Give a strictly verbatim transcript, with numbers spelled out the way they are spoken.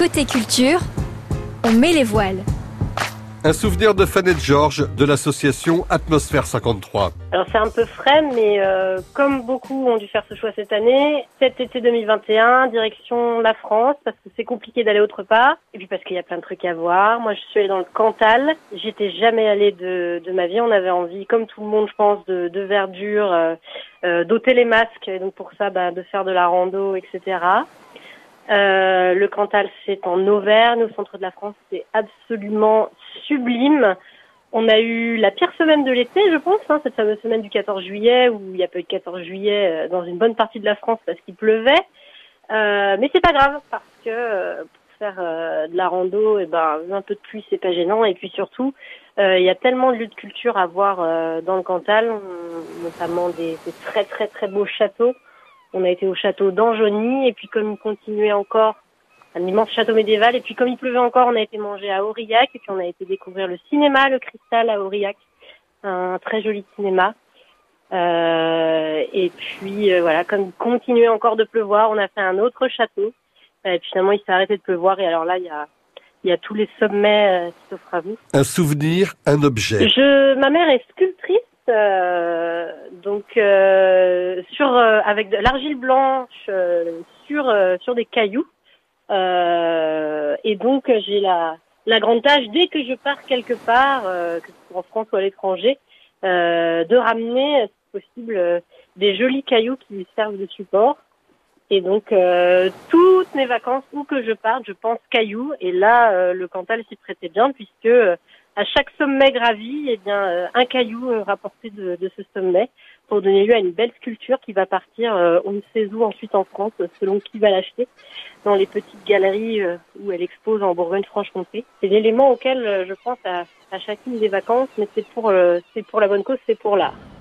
Côté culture, on met les voiles. Un souvenir de Fanette Georges de l'association Atmosphère cinquante-trois. Alors c'est un peu frais, mais euh, comme beaucoup ont dû faire ce choix cette année, cet été deux mille vingt et un, direction la France, parce que c'est compliqué d'aller autre part, et puis parce qu'il y a plein de trucs à voir. Moi je suis allée dans le Cantal, j'étais jamais allée de, de ma vie, on avait envie, comme tout le monde je pense, de, de verdure, euh, euh, d'ôter les masques, et donc pour ça bah, de faire de la rando, et cetera. Euh, le Cantal, c'est en Auvergne, au centre de la France, c'est absolument sublime. On a eu la pire semaine de l'été, je pense, hein, cette fameuse semaine du quatorze juillet, où il n'y a pas eu de quatorze juillet dans une bonne partie de la France parce qu'il pleuvait. Euh, mais c'est pas grave, parce que euh, pour faire euh, de la rando, et ben, un peu de pluie, c'est pas gênant. Et puis surtout, euh, il y a tellement de lieux de culture à voir euh, dans le Cantal, notamment des, des très très très beaux châteaux. On a été au château d'Anjony, et puis comme il continuait encore, un immense château médiéval, et puis comme il pleuvait encore, on a été manger à Aurillac, et puis on a été découvrir le cinéma, le Cristal à Aurillac, un très joli cinéma. Euh, et puis euh, voilà, comme il continuait encore de pleuvoir, on a fait un autre château, et puis finalement il s'est arrêté de pleuvoir, et alors là il y a, il y a tous les sommets euh, qui s'offrent à vous. Un souvenir, un objet. Je, ma mère est sculptrice. Euh, donc euh, sur euh, avec de l'argile blanche euh, sur euh, sur des cailloux euh, et donc j'ai la la grande tâche dès que je pars quelque part, euh, que ce soit en France ou à l'étranger, euh, de ramener si possible euh, des jolis cailloux qui servent de support. Et donc euh, toutes mes vacances, où que je parte, je pense cailloux. Et là, euh, le Cantal s'y prêtait bien, puisque euh, à chaque sommet gravi, eh bien, euh, un caillou euh, rapporté de, de ce sommet, pour donner lieu à une belle sculpture qui va partir, euh, on ne sait où, ensuite en France, selon qui va l'acheter, dans les petites galeries euh, où elle expose en Bourgogne-Franche-Comté. C'est l'élément auquel euh, je pense à, à chacune des vacances, mais c'est pour, euh, c'est pour la bonne cause, c'est pour l'art.